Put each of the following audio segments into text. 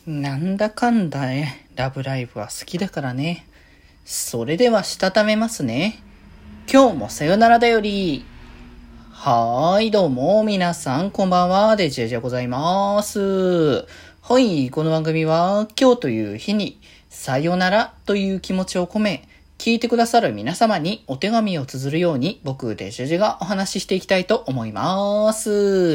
なんだかんだラブライブは好きだからね。それではしたためますね。今日もさよならだより。はーい、どうも、皆さん、こんばんは、デジェジでございます。はい、この番組は、今日という日に、さよならという気持ちを込め、聞いてくださる皆様にお手紙を綴るように、僕、デジェジがお話ししていきたいと思います。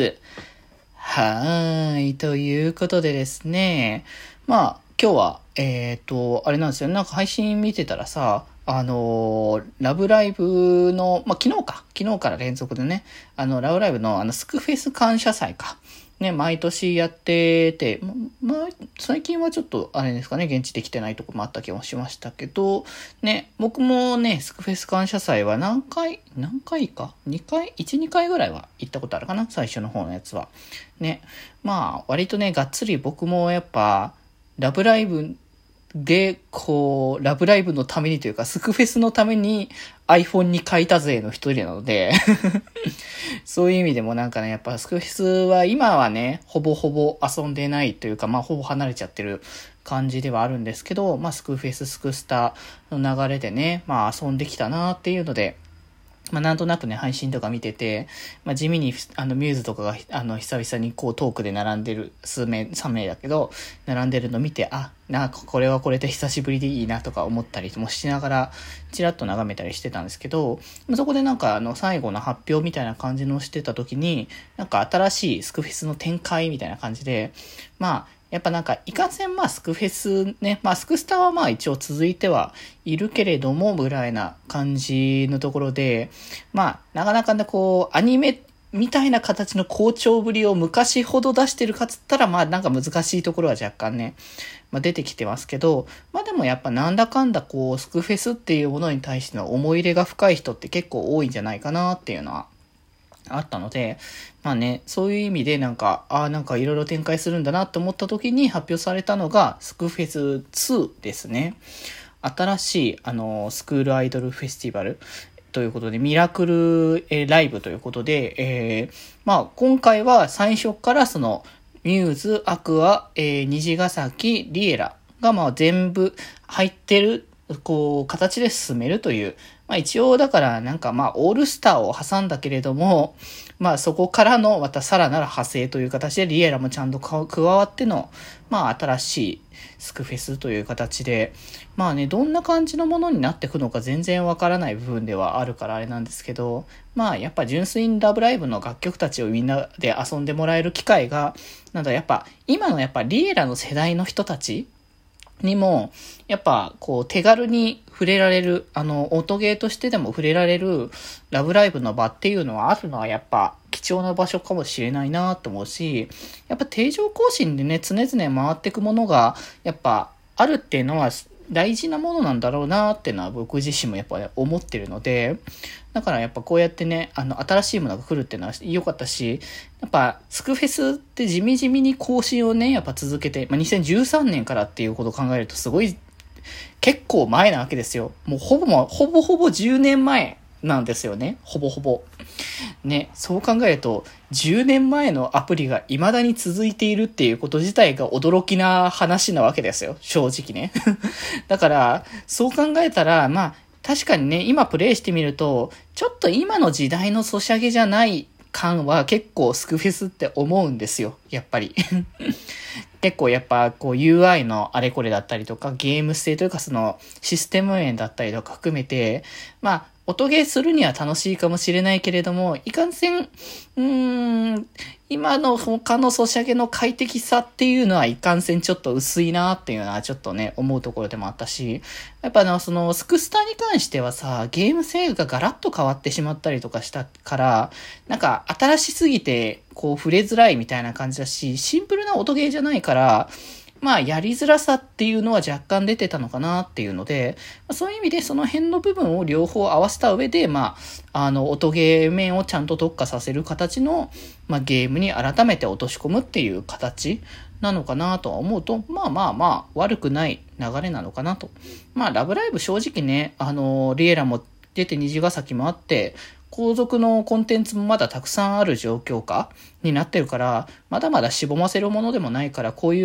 はーい。ということでですね。今日は、あれなんですよ。なんか配信見てたらさ、ラブライブの、昨日から連続でね、ラブライブのスクフェス感謝祭か。ね、毎年やってて、最近はちょっと、あれですかね、現地できてないとこもあった気もしましたけど、ね、僕もね、スクフェス感謝祭は何回か ?2 回 ?1、2回ぐらいは行ったことあるかな、最初の方のやつは。ね、割とね、がっつり僕もやっぱ、ラブライブで、ラブライブのためにというか、スクフェスのために iPhone に変えた勢の一人なので、そういう意味でもなんかね、やっぱスクフェスは今はね、ほぼほぼ遊んでないというか、ほぼ離れちゃってる感じではあるんですけど、スクフェス、スクスタの流れでね、遊んできたなっていうので、なんとなくね、配信とか見てて、地味に、ミューズとかが、久々にこうトークで並んでる、3名だけど、並んでるの見て、これはこれで久しぶりでいいなとか思ったりもしながら、ちらっと眺めたりしてたんですけど、そこでなんか最後の発表みたいな感じのしてた時に、なんか新しいスクフェスの展開みたいな感じで、やっぱなんか、いかんせんスクフェスね、スクスタは一応続いてはいるけれども、ぐらいな感じのところで、なかなかね、アニメみたいな形の好調ぶりを昔ほど出してるかつったら、なんか難しいところは若干ね、出てきてますけど、でもやっぱなんだかんだスクフェスっていうものに対しての思い入れが深い人って結構多いんじゃないかなっていうのは、あったので、そういう意味でなんかいろいろ展開するんだなって思った時に発表されたのが、スクフェス2ですね。新しい、スクールアイドルフェスティバルということで、ミラクル、ライブということで、今回は最初からミューズ、アクア、虹ヶ崎、リエラが全部入ってる、形で進めるという、一応だからなんかオールスターを挟んだけれども、そこからのまたさらなる派生という形でリエラもちゃんと加わっての、新しいスクフェスという形で、どんな感じのものになっていくのか全然わからない部分ではあるからあれなんですけど、やっぱ純粋にラブライブの楽曲たちをみんなで遊んでもらえる機会が、やっぱ今のやっぱリエラの世代の人たちにも、やっぱ、手軽に触れられる、音ゲーとしてでも触れられる、ラブライブの場っていうのはあるのは、やっぱ、貴重な場所かもしれないなと思うし、やっぱ定常更新でね、常々回っていくものが、やっぱ、あるっていうのは、大事なものなんだろうなっていうのは僕自身もやっぱ、思ってるので、だからやっぱこうやってね、新しいものが来るっていうのは良かったし、やっぱスクフェスって地味に更新をね、やっぱ続けて、2013年からっていうことを考えるとすごい、結構前なわけですよ。もうほぼ10年前なんですよね。ほぼほぼ。ね、そう考えると、10年前のアプリが未だに続いているっていうこと自体が驚きな話なわけですよ。正直ね。だから、そう考えたら、確かにね、今プレイしてみると、ちょっと今の時代のソシャゲじゃない感は結構スクフェスって思うんですよ。やっぱり。結構やっぱUI のあれこれだったりとか、ゲーム性というかシステム面だったりとか含めて、音ゲーするには楽しいかもしれないけれども、いかんせん、今の他のソシャゲの快適さっていうのはいかんせんちょっと薄いなっていうのはちょっとね、思うところでもあったし、やっぱスクスタに関してはさ、ゲーム性がガラッと変わってしまったりとかしたから、なんか新しすぎて触れづらいみたいな感じだし、シンプルな音ゲーじゃないから、やりづらさっていうのは若干出てたのかなっていうので、そういう意味でその辺の部分を両方合わせた上で、音ゲー面をちゃんと特化させる形の、ゲームに改めて落とし込むっていう形なのかなとは思うと、悪くない流れなのかなと。ラブライブ正直ね、リエラも出て虹ヶ崎もあって、後続のコンテンツもまだたくさんある状況下になってるから、まだまだ絞ませるものでもないから、こういう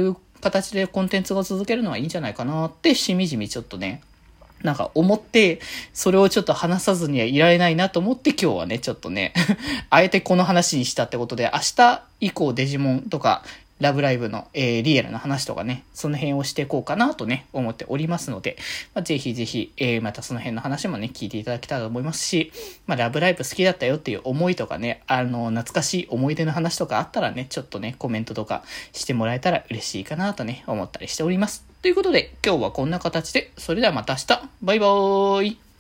形でコンテンツを続けるのはいいんじゃないかなってしみじみちょっとね、なんか思って、それをちょっと話さずにはいられないなと思って今日はね、ちょっとね、あえてこの話にしたってことで、明日以降デジモンとか、ラブライブの、リアルな話とかね、その辺をしていこうかなとね、思っておりますので、ぜひぜひ、またその辺の話もね、聞いていただけたらと思いますし、ラブライブ好きだったよっていう思いとかね、懐かしい思い出の話とかあったらね、ちょっとね、コメントとかしてもらえたら嬉しいかなとね、思ったりしております。ということで、今日はこんな形で、それではまた明日、バイバーイ。